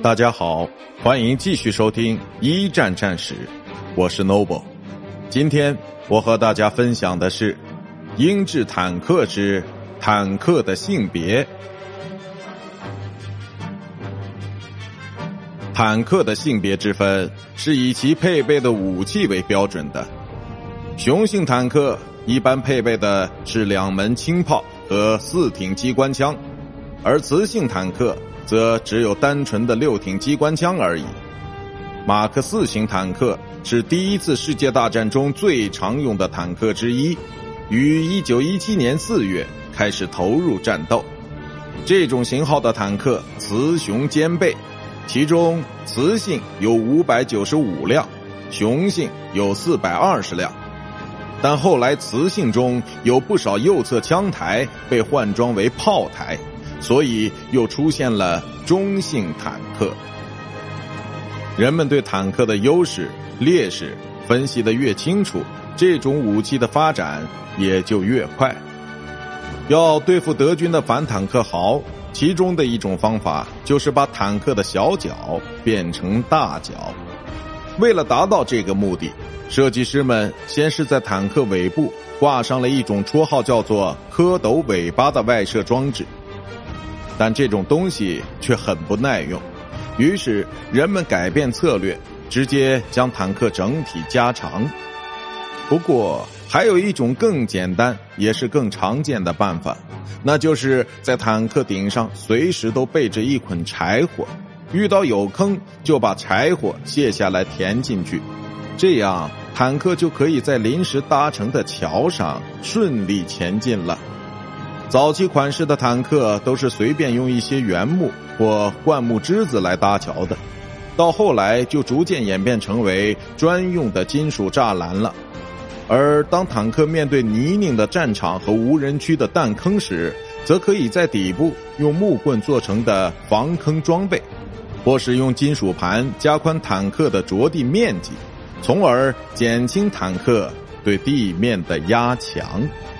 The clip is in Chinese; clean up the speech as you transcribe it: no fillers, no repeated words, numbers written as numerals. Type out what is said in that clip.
大家好，欢迎继续收听一战战史，我是 Noble。 今天我和大家分享的是英制坦克之坦克的性别。坦克的性别之分是以其配备的武器为标准的。雄性坦克一般配备的是2门轻炮和4挺机关枪，而雌性坦克则只有单纯的6挺机关枪而已。马克4型坦克是第一次世界大战中最常用的坦克之一，于1917年4月开始投入战斗。这种型号的坦克雌雄兼备，其中雌性有595辆，雄性有420辆。但后来雌性中有不少右侧枪台被换装为炮台，所以又出现了中性坦克。人们对坦克的优势、劣势分析得越清楚，这种武器的发展也就越快。要对付德军的反坦克壕，其中的一种方法就是把坦克的小脚变成大脚。为了达到这个目的，设计师们先是在坦克尾部挂上了一种绰号叫做蝌蚪尾巴的外设装置，但这种东西却很不耐用，于是人们改变策略，直接将坦克整体加长。不过还有一种更简单也是更常见的办法，那就是在坦克顶上随时都备着一捆柴火，遇到有坑就把柴火卸下来填进去，这样坦克就可以在临时搭成的桥上顺利前进了。早期款式的坦克都是随便用一些原木或灌木枝子来搭桥的，到后来就逐渐演变成为专用的金属栅栏了。而当坦克面对泥泞的战场和无人区的弹坑时，则可以在底部用木棍做成的防坑装备，或是用金属盘加宽坦克的着地面积，从而减轻坦克对地面的压强。